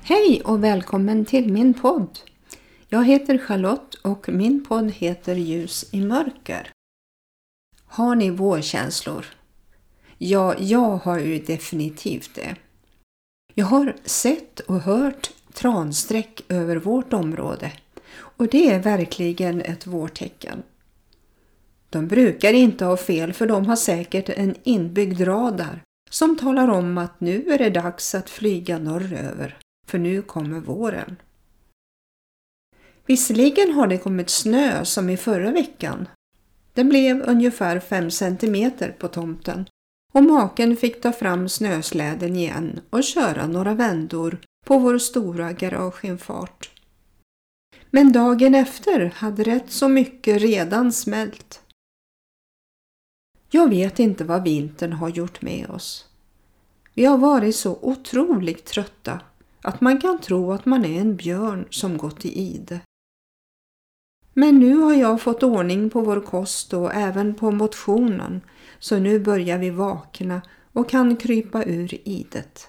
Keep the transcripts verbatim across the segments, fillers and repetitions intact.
Hej och välkommen till min podd. Jag heter Charlotte och min podd heter Ljus i mörker. Har ni vårkänslor? Ja, jag har ju definitivt det. Jag har sett och hört transträck över vårt område och det är verkligen ett vårtecken. De brukar inte ha fel för de har säkert en inbyggd radar som talar om att nu är det dags att flyga norröver. För nu kommer våren. Visserligen har det kommit snö som i förra veckan. Det blev ungefär fem centimeter på tomten och maken fick ta fram snösläden igen och köra några vändor på vår stora garageinfart. Men dagen efter hade rätt så mycket redan smält. Jag vet inte vad vintern har gjort med oss. Vi har varit så otroligt trötta att man kan tro att man är en björn som gått i ide. Men nu har jag fått ordning på vår kost och även på motionen, så nu börjar vi vakna och kan krypa ur idet.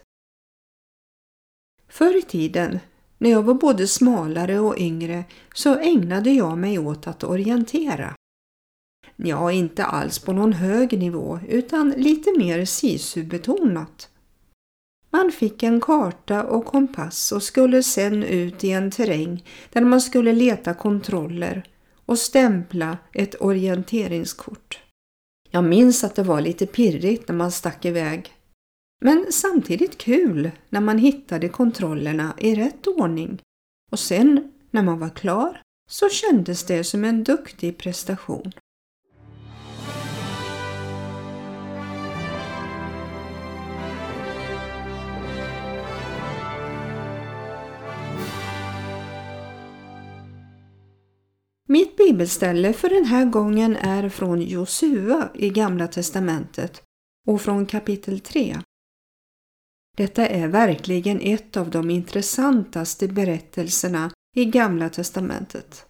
Förr i tiden, när jag var både smalare och yngre, så ägnade jag mig åt att orientera. Ja, inte alls på någon hög nivå utan lite mer sisu-betonat. Man fick en karta och kompass och skulle sedan ut i en terräng där man skulle leta kontroller och stämpla ett orienteringskort. Jag minns att det var lite pirrigt när man stack iväg, men samtidigt kul när man hittade kontrollerna i rätt ordning och sen när man var klar så kändes det som en duktig prestation. Mitt bibelställe för den här gången är från Josua i Gamla testamentet och från kapitel tre. Detta är verkligen ett av de intressantaste berättelserna i Gamla testamentet.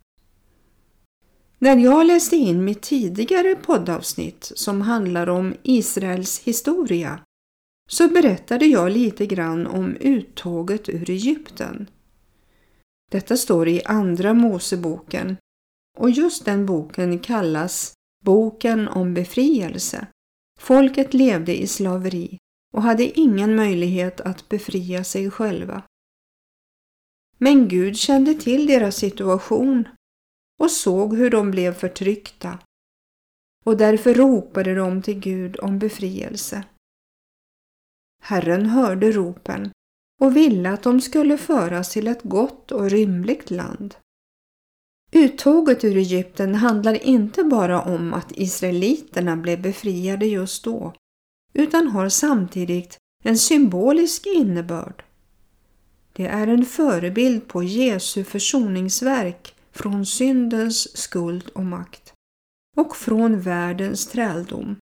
När jag läste in mitt tidigare poddavsnitt som handlar om Israels historia så berättade jag lite grann om uttåget ur Egypten. Detta står i Andra Moseboken och just den boken kallas Boken om befrielse. Folket levde i slaveri och hade ingen möjlighet att befria sig själva. Men Gud kände till deras situation och såg hur de blev förtryckta och därför ropade de till Gud om befrielse. Herren hörde ropen och ville att de skulle föras till ett gott och rymligt land. Uttåget ur Egypten handlar inte bara om att israeliterna blev befriade just då, utan har samtidigt en symbolisk innebörd. Det är en förebild på Jesu försoningsverk från syndens skuld och makt och från världens träldom.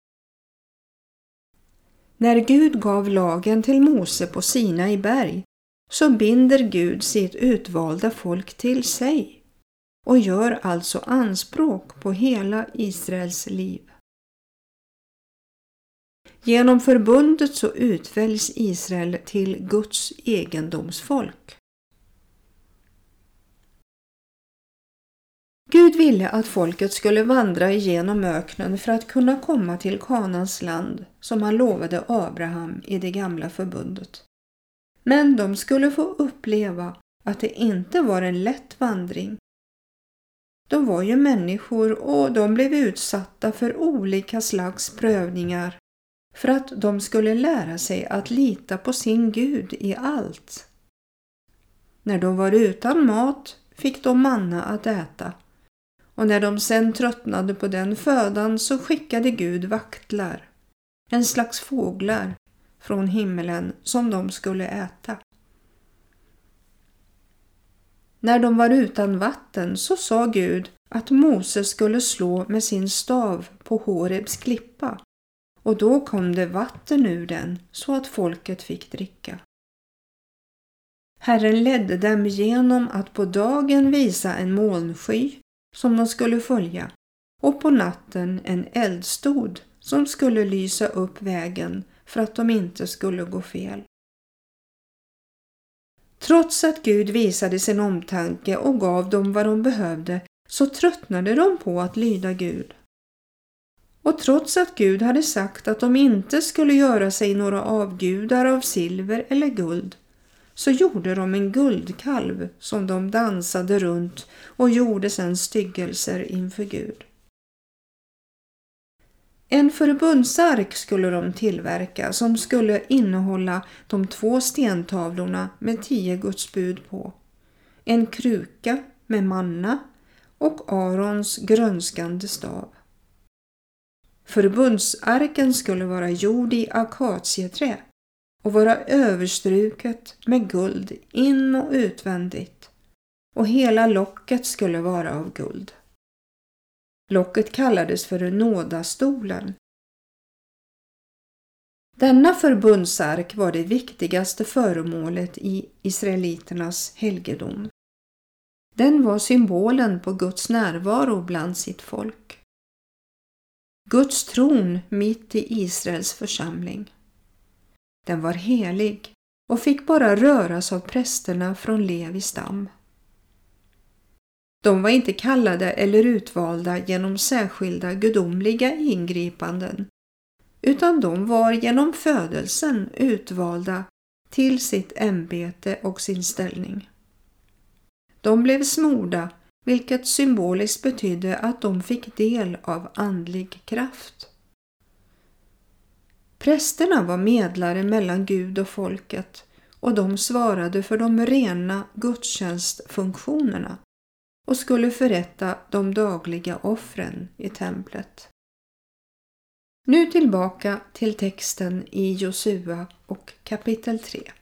När Gud gav lagen till Mose på Sinai berg så binder Gud sitt utvalda folk till sig och gör alltså anspråk på hela Israels liv. Genom förbundet så utväljs Israel till Guds egendomsfolk. Gud ville att folket skulle vandra igenom öknen för att kunna komma till Kanans land som han lovade Abraham i det gamla förbundet. Men de skulle få uppleva att det inte var en lätt vandring. De var ju människor och de blev utsatta för olika slags prövningar för att de skulle lära sig att lita på sin Gud i allt. När de var utan mat fick de manna att äta. Och när de sen tröttnade på den födan så skickade Gud vaktlar, en slags fåglar från himmelen som de skulle äta. När de var utan vatten så sa Gud att Mose skulle slå med sin stav på Horebs klippa och då kom det vatten ur den så att folket fick dricka. Herren ledde dem genom att på dagen visa en molnsky som de skulle följa och på natten en eldstod som skulle lysa upp vägen för att de inte skulle gå fel. Trots att Gud visade sin omtanke och gav dem vad de behövde, så tröttnade de på att lyda Gud. Och trots att Gud hade sagt att de inte skulle göra sig några avgudar av silver eller guld, så gjorde de en guldkalv som de dansade runt och gjorde sedan styggelser inför Gud. En förbundsark skulle de tillverka som skulle innehålla de två stentavlorna med tio Guds bud på, en kruka med manna och Arons grönskande stav. Förbundsarken skulle vara gjord i akatieträ och vara överstruket med guld in- och utvändigt, och hela locket skulle vara av guld. Locket kallades för nådastolen. Denna förbundsark var det viktigaste föremålet i israeliternas helgedom. Den var symbolen på Guds närvaro bland sitt folk. Guds tron mitt i Israels församling. Den var helig och fick bara röras av prästerna från Levi stam. De var inte kallade eller utvalda genom särskilda gudomliga ingripanden, utan de var genom födelsen utvalda till sitt ämbete och sin ställning. De blev smorda, vilket symboliskt betydde att de fick del av andlig kraft. Prästerna var medlare mellan Gud och folket, och de svarade för de rena gudstjänstfunktionerna och skulle förrätta de dagliga offren i templet. Nu tillbaka till texten i Josua och kapitel tre.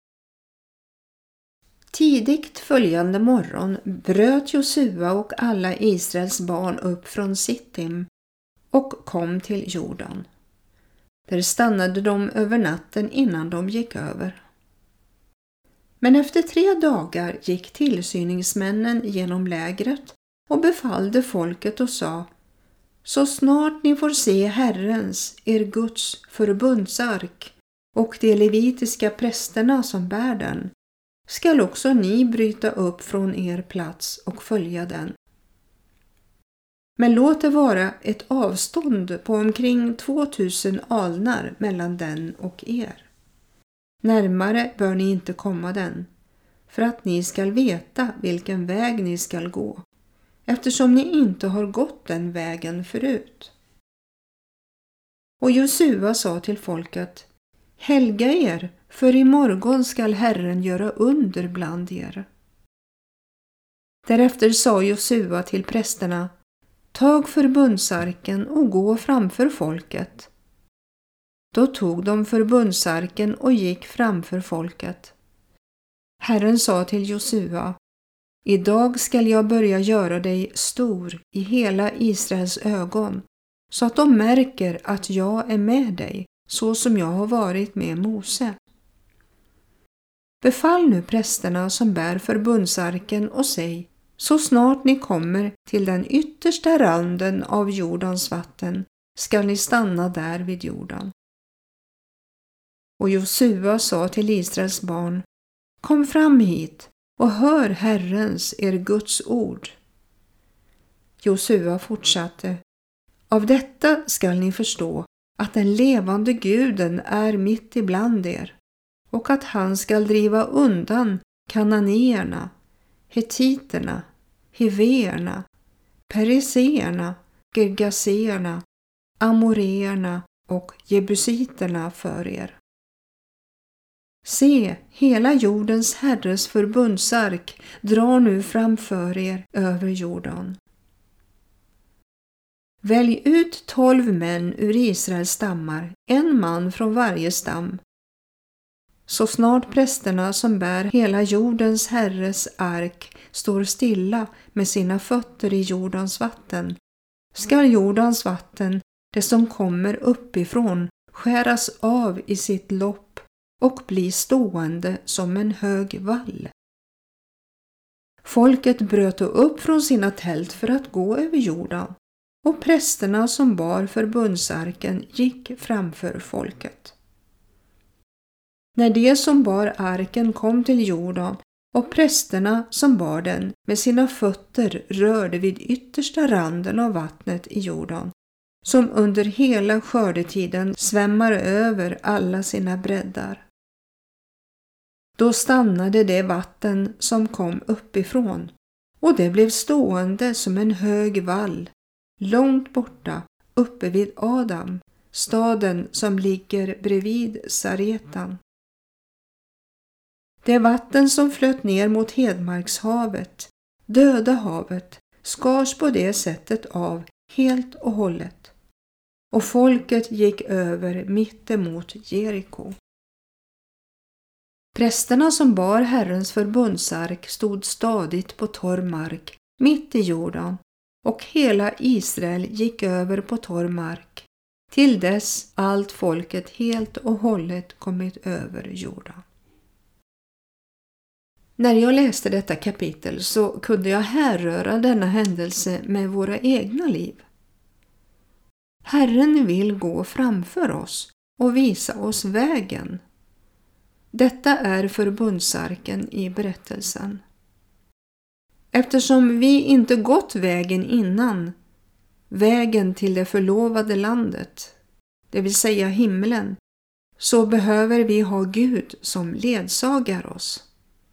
Tidigt följande morgon bröt Josua och alla Israels barn upp från Sittim och kom till Jordan. Där stannade de över natten innan de gick över. Men efter tre dagar gick tillsyningsmännen genom lägret och befallde folket och sa: så snart ni får se Herrens, er Guds förbundsark och de levitiska prästerna som bär den, skall också ni bryta upp från er plats och följa den. Men låt det vara ett avstånd på omkring tvåtusen alnar mellan den och er. Närmare bör ni inte komma den, för att ni skall veta vilken väg ni skall gå, eftersom ni inte har gått den vägen förut. Och Josua sa till folket: helga er, för imorgon skall Herren göra under bland er. Därefter sa Josua till prästerna: tag förbundsarken och gå framför folket. Då tog de förbundsarken och gick framför folket. Herren sa till Josua: idag skall jag börja göra dig stor i hela Israels ögon, så att de märker att jag är med dig, så som jag har varit med Mose. Befall nu prästerna som bär förbundsarken och säg: så snart ni kommer till den yttersta randen av Jordans vatten skall ni stanna där vid Jordan. Och Josua sa till Israels barn: kom fram hit och hör Herrens, er Guds ord. Josua fortsatte: av detta skall ni förstå att den levande Guden är mitt ibland er, och att han skall driva undan kananéerna, hetiterna, hiveerna, periseerna, gergaseerna, amoreerna och jebusiterna för er. Se, hela jordens herres förbundsark drar nu framför er över Jordan. Välj ut tolv män ur Israels stammar, en man från varje stam. Så snart prästerna som bär hela jordens herres ark står stilla med sina fötter i Jordans vatten, skall Jordans vatten, det som kommer uppifrån, skäras av i sitt lopp och bli stående som en hög vall. Folket bröt upp från sina tält för att gå över Jordan, och prästerna som bar förbundsarken gick framför folket. När de som bar arken kom till Jordan och prästerna som bar den med sina fötter rörde vid yttersta randen av vattnet i Jordan, som under hela skördetiden svämmar över alla sina breddar. Då stannade det vatten som kom uppifrån, och det blev stående som en hög vall, långt borta, uppe vid Adam, staden som ligger bredvid Saretan. Det vatten som flöt ner mot Hedmarkshavet, Döda havet, skars på det sättet av helt och hållet, och folket gick över mittemot Jeriko. Prästerna som bar Herrens förbundsark stod stadigt på torr mark mitt i Jordan, och hela Israel gick över på torr mark, till dess allt folket helt och hållet kommit över Jordan. När jag läste detta kapitel så kunde jag härröra denna händelse med våra egna liv. Herren vill gå framför oss och visa oss vägen. Detta är förbundsarken i berättelsen. Eftersom vi inte gått vägen innan, vägen till det förlovade landet, det vill säga himlen, så behöver vi ha Gud som ledsagar oss.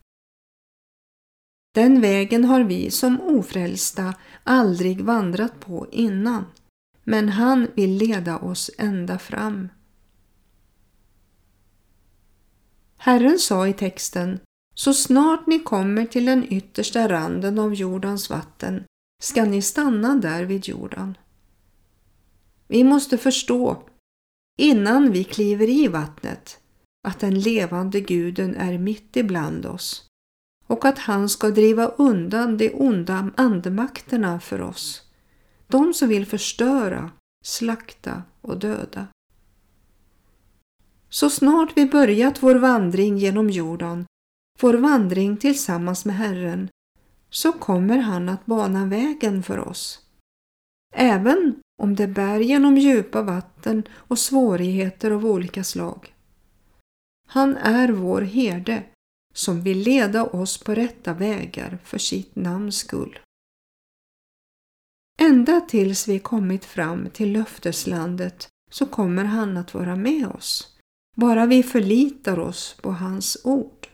Den vägen har vi som ofrälsta aldrig vandrat på innan, men han vill leda oss ända fram. Herren sa i texten: så snart ni kommer till den yttersta randen av Jordans vatten ska ni stanna där vid Jordan. Vi måste förstå, innan vi kliver i vattnet, att den levande Guden är mitt ibland oss och att han ska driva undan de onda andemakterna för oss, de som vill förstöra, slakta och döda. Så snart vi börjat vår vandring genom Jordan, vår vandring tillsammans med Herren, så kommer han att bana vägen för oss. Även om det bär genom djupa vatten och svårigheter av olika slag. Han är vår herde som vill leda oss på rätta vägar för sitt namns skull. Ända tills vi kommit fram till löfteslandet så kommer han att vara med oss, bara vi förlitar oss på hans ord.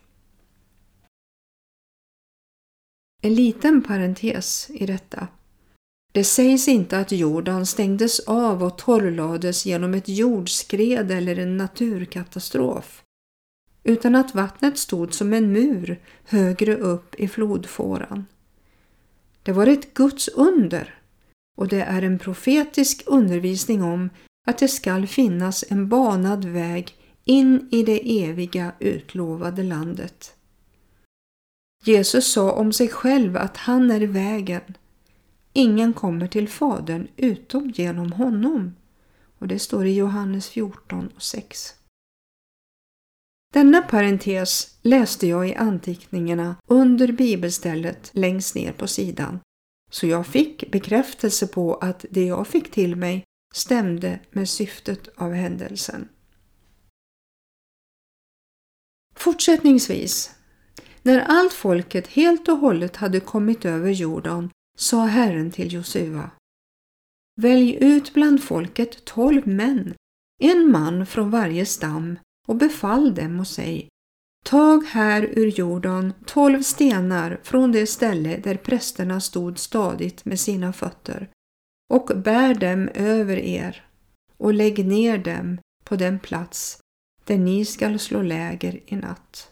En liten parentes i detta. Det sägs inte att Jordan stängdes av och torrlades genom ett jordskred eller en naturkatastrof, utan att vattnet stod som en mur högre upp i flodfåran. Det var ett Guds under, och det är en profetisk undervisning om att det skall finnas en banad väg in i det eviga utlovade landet. Jesus sa om sig själv att han är vägen. Ingen kommer till Fadern utom genom honom. Och det står i Johannes fjorton och sex. Denna parentes läste jag i anteckningarna under bibelstället längst ner på sidan. Så jag fick bekräftelse på att det jag fick till mig stämde med syftet av händelsen. Fortsättningsvis, när allt folket helt och hållet hade kommit över Jordan, sa Herren till Josua: välj ut bland folket tolv män, en man från varje stam, och befall dem och säg: tag här ur Jordan tolv stenar från det ställe där prästerna stod stadigt med sina fötter, och bär dem över er och lägg ner dem på den plats där ni skall slå läger i natt.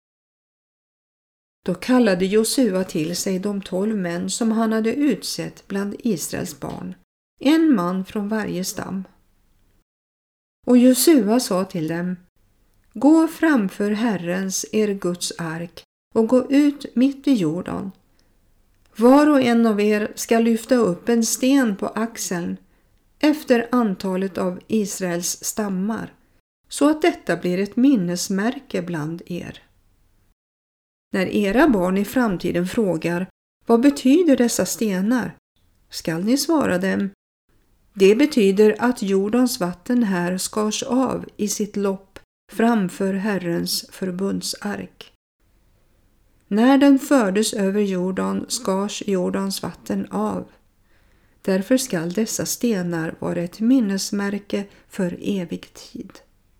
Då kallade Josua till sig de tolv män som han hade utsett bland Israels barn, en man från varje stam. Och Josua sa till dem: gå framför Herrens, er Guds ark, och gå ut mitt i Jordan. Var och en av er ska lyfta upp en sten på axeln efter antalet av Israels stammar, så att detta blir ett minnesmärke bland er. När era barn i framtiden frågar: vad betyder dessa stenar? Skall ni svara dem: det betyder att Jordans vatten här skars av i sitt lopp framför Herrens förbundsark. När den fördes över Jordan skars Jordans vatten av. Därför skall dessa stenar vara ett minnesmärke för evig tid.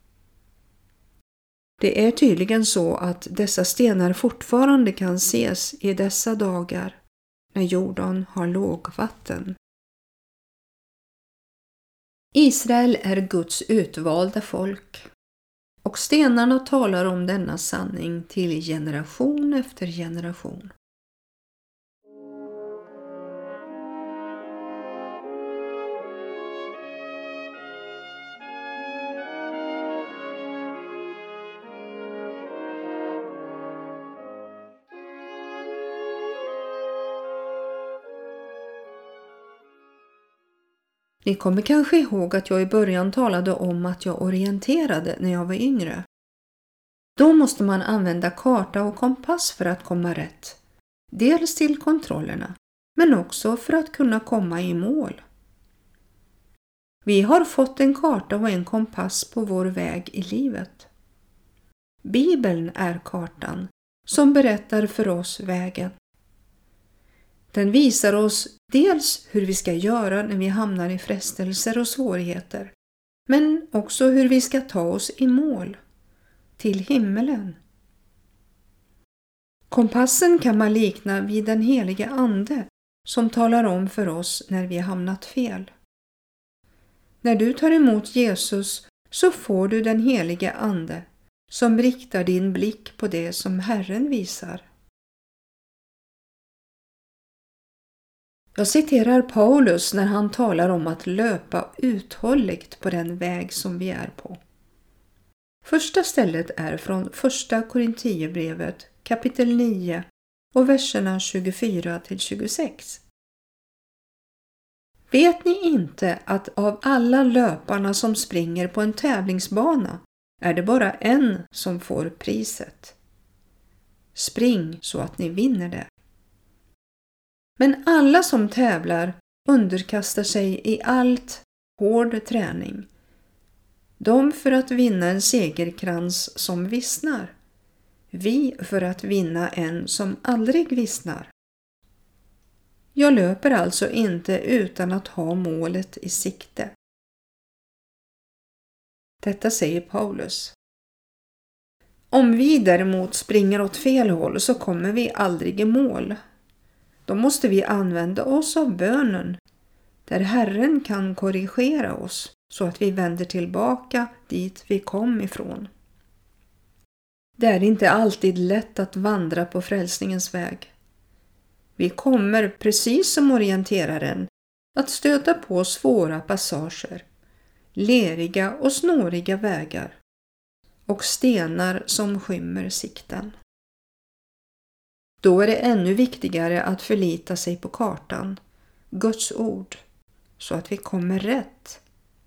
Det är tydligen så att dessa stenar fortfarande kan ses i dessa dagar när Jordan har lågvatten. Israel är Guds utvalda folk, och stenarna talar om denna sanning till generation efter generation. Ni kommer kanske ihåg att jag i början talade om att jag orienterade när jag var yngre. Då måste man använda karta och kompass för att komma rätt. Dels till kontrollerna, men också för att kunna komma i mål. Vi har fått en karta och en kompass på vår väg i livet. Bibeln är kartan som berättar för oss vägen. Den visar oss dels hur vi ska göra när vi hamnar i frestelser och svårigheter, men också hur vi ska ta oss i mål, till himmelen. Kompassen kan man likna vid den helige ande som talar om för oss när vi har hamnat fel. När du tar emot Jesus så får du den helige ande som riktar din blick på det som Herren visar. Jag citerar Paulus när han talar om att löpa uthålligt på den väg som vi är på. Första stället är från första Korintierbrevet kapitel nio och verserna tjugofyra till tjugosex. Vet ni inte att av alla löparna som springer på en tävlingsbana är det bara en som får priset? Spring så att ni vinner det. Men alla som tävlar underkastar sig i allt hård träning. De för att vinna en segerkrans som vissnar. Vi för att vinna en som aldrig vissnar. Jag löper alltså inte utan att ha målet i sikte. Detta säger Paulus. Om vi däremot springer åt fel håll så kommer vi aldrig i mål. Då måste vi använda oss av bönen, där Herren kan korrigera oss så att vi vänder tillbaka dit vi kom ifrån. Det är inte alltid lätt att vandra på frälsningens väg. Vi kommer, precis som orienteraren, att stöta på svåra passager, leriga och snåriga vägar och stenar som skymmer sikten. Då är det ännu viktigare att förlita sig på kartan, Guds ord, så att vi kommer rätt.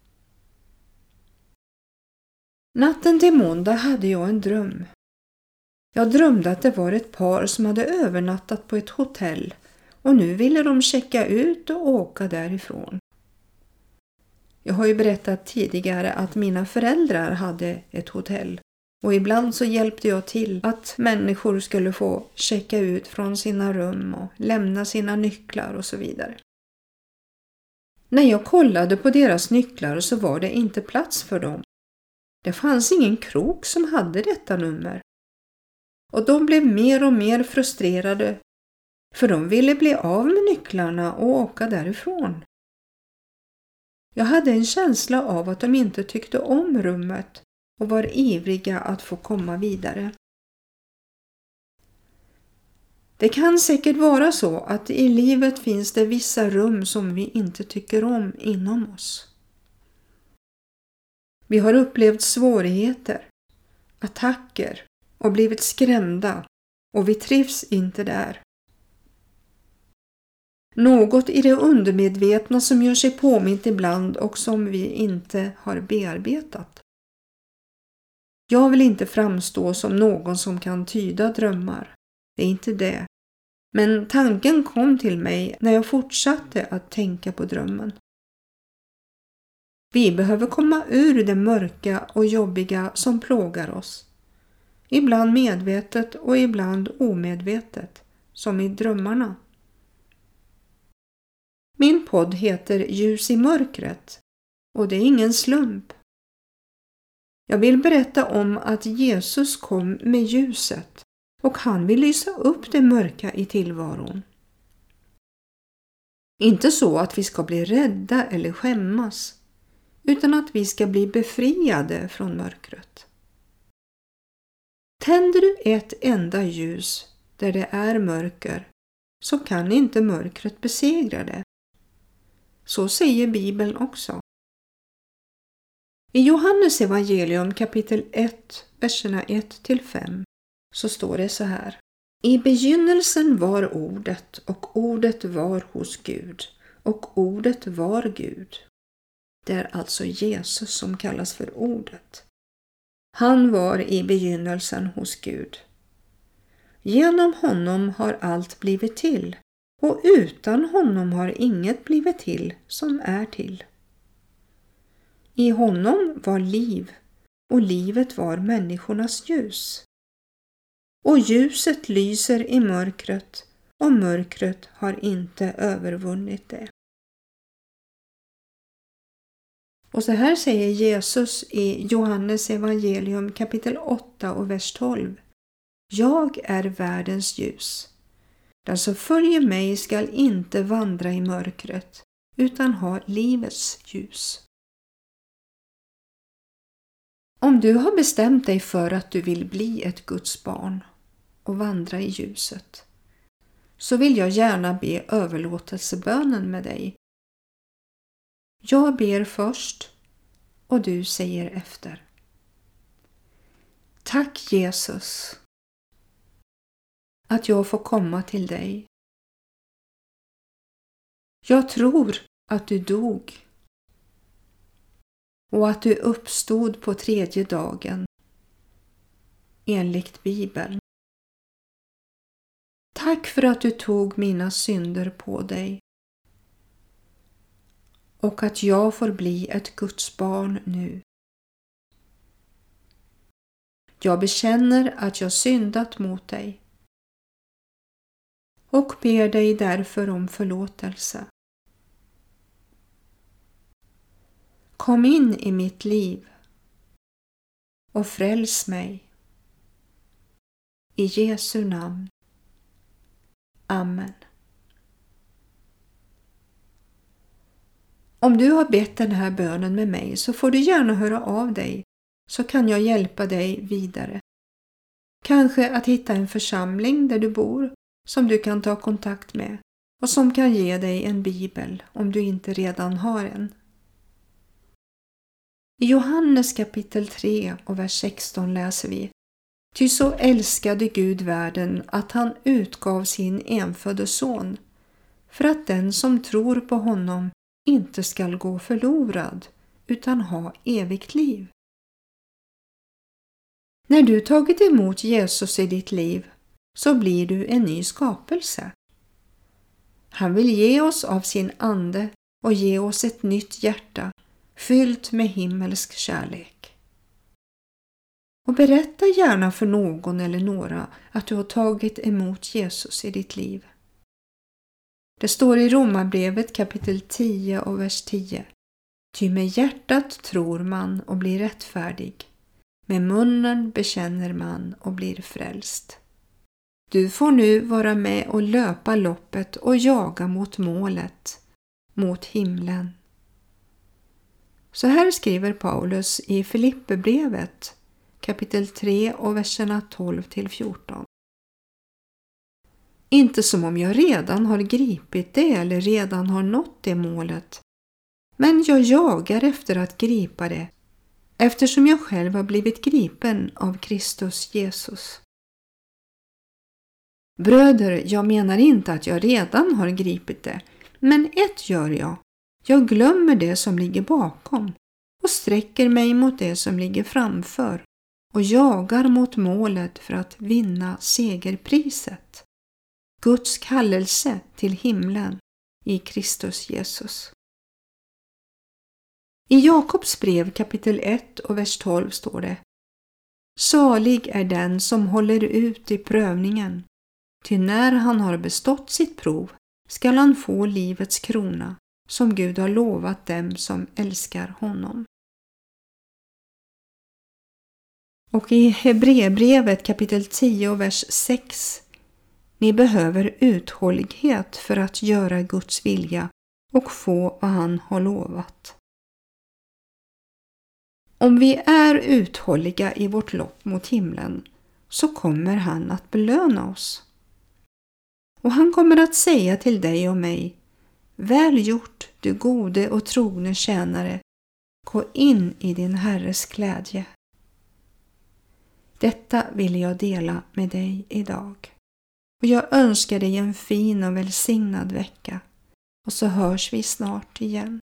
Natten till måndag hade jag en dröm. Jag drömde att det var ett par som hade övernattat på ett hotell och nu ville de checka ut och åka därifrån. Jag har ju berättat tidigare att mina föräldrar hade ett hotell och ibland så hjälpte jag till att människor skulle få checka ut från sina rum och lämna sina nycklar och så vidare. När jag kollade på deras nycklar så var det inte plats för dem. Det fanns ingen krok som hade detta nummer. Och de blev mer och mer frustrerade för de ville bli av med nycklarna och åka därifrån. Jag hade en känsla av att de inte tyckte om rummet och var ivriga att få komma vidare. Det kan säkert vara så att i livet finns det vissa rum som vi inte tycker om inom oss. Vi har upplevt svårigheter, attacker och blivit skrämda och vi trivs inte där. Något i det undermedvetna som gör sig påmint ibland och som vi inte har bearbetat. Jag vill inte framstå som någon som kan tyda drömmar. Det är inte det. Men tanken kom till mig när jag fortsatte att tänka på drömmen. Vi behöver komma ur det mörka och jobbiga som plågar oss. Ibland medvetet och ibland omedvetet, som i drömmarna. Min podd heter Ljus i mörkret och det är ingen slump. Jag vill berätta om att Jesus kom med ljuset och han vill lysa upp det mörka i tillvaron. Inte så att vi ska bli rädda eller skämmas, utan att vi ska bli befriade från mörkret. Tänder du ett enda ljus där det är mörker, så kan inte mörkret besegra det. Så säger Bibeln också. I Johannes evangelium kapitel ett, verserna ett till fem, så står det så här. I begynnelsen var ordet, och ordet var hos Gud, och ordet var Gud. Det är alltså Jesus som kallas för ordet. Han var i begynnelsen hos Gud. Genom honom har allt blivit till, och utan honom har inget blivit till som är till. I honom var liv, och livet var människornas ljus. Och ljuset lyser i mörkret, och mörkret har inte övervunnit det. Och så här säger Jesus i Johannes evangelium kapitel åtta och vers tolv. Jag är världens ljus. Den som följer mig skall inte vandra i mörkret, utan ha livets ljus. Om du har bestämt dig för att du vill bli ett Guds barn och vandra i ljuset, så vill jag gärna be överlåtelsebönen med dig. Jag ber först och du säger efter. Tack Jesus att jag får komma till dig. Jag tror att du dog och att du uppstod på tredje dagen enligt Bibeln. Tack för att du tog mina synder på dig och att jag får bli ett Guds barn nu. Jag bekänner att jag syndat mot dig och ber dig därför om förlåtelse. Kom in i mitt liv och fräls mig. I Jesu namn. Amen. Om du har bett den här bönen med mig så får du gärna höra av dig, så kan jag hjälpa dig vidare. Kanske att hitta en församling där du bor som du kan ta kontakt med och som kan ge dig en bibel om du inte redan har en. I Johannes kapitel tre och vers sexton läser vi: Ty så älskade Gud världen att han utgav sin enfödde son, för att den som tror på honom inte skall gå förlorad utan ha evigt liv. När du tagit emot Jesus i ditt liv så blir du en ny skapelse. Han vill ge oss av sin ande och ge oss ett nytt hjärta fyllt med himmelsk kärlek. Och berätta gärna för någon eller några att du har tagit emot Jesus i ditt liv. Det står i Romarbrevet kapitel tio och vers tio. Ty med hjärtat tror man och blir rättfärdig. Med munnen bekänner man och blir frälst. Du får nu vara med och löpa loppet och jaga mot målet, mot himlen. Så här skriver Paulus i Filipperbrevet kapitel tre och verserna tolv till fjorton. Inte som om jag redan har gripit det eller redan har nått det målet, men jag jagar efter att gripa det, eftersom jag själv har blivit gripen av Kristus Jesus. Bröder, jag menar inte att jag redan har gripit det, men ett gör jag. Jag glömmer det som ligger bakom och sträcker mig mot det som ligger framför och jagar mot målet för att vinna segerpriset. Guds kallelse till himlen i Kristus Jesus. I Jakobs brev kapitel ett och vers tolv står det: Salig är den som håller ut i prövningen, ty när han har bestått sitt prov skall han få livets krona som Gud har lovat dem som älskar honom. Och i Hebreerbrevet kapitel tio och vers sex: Ni behöver uthållighet för att göra Guds vilja och få vad han har lovat. Om vi är uthålliga i vårt lopp mot himlen så kommer han att belöna oss. Och han kommer att säga till dig och mig: Väl gjort, du gode och trogne tjänare, gå in i din Herres glädje. Detta vill jag dela med dig idag. Och jag önskar dig en fin och välsignad vecka. Och så hörs vi snart igen.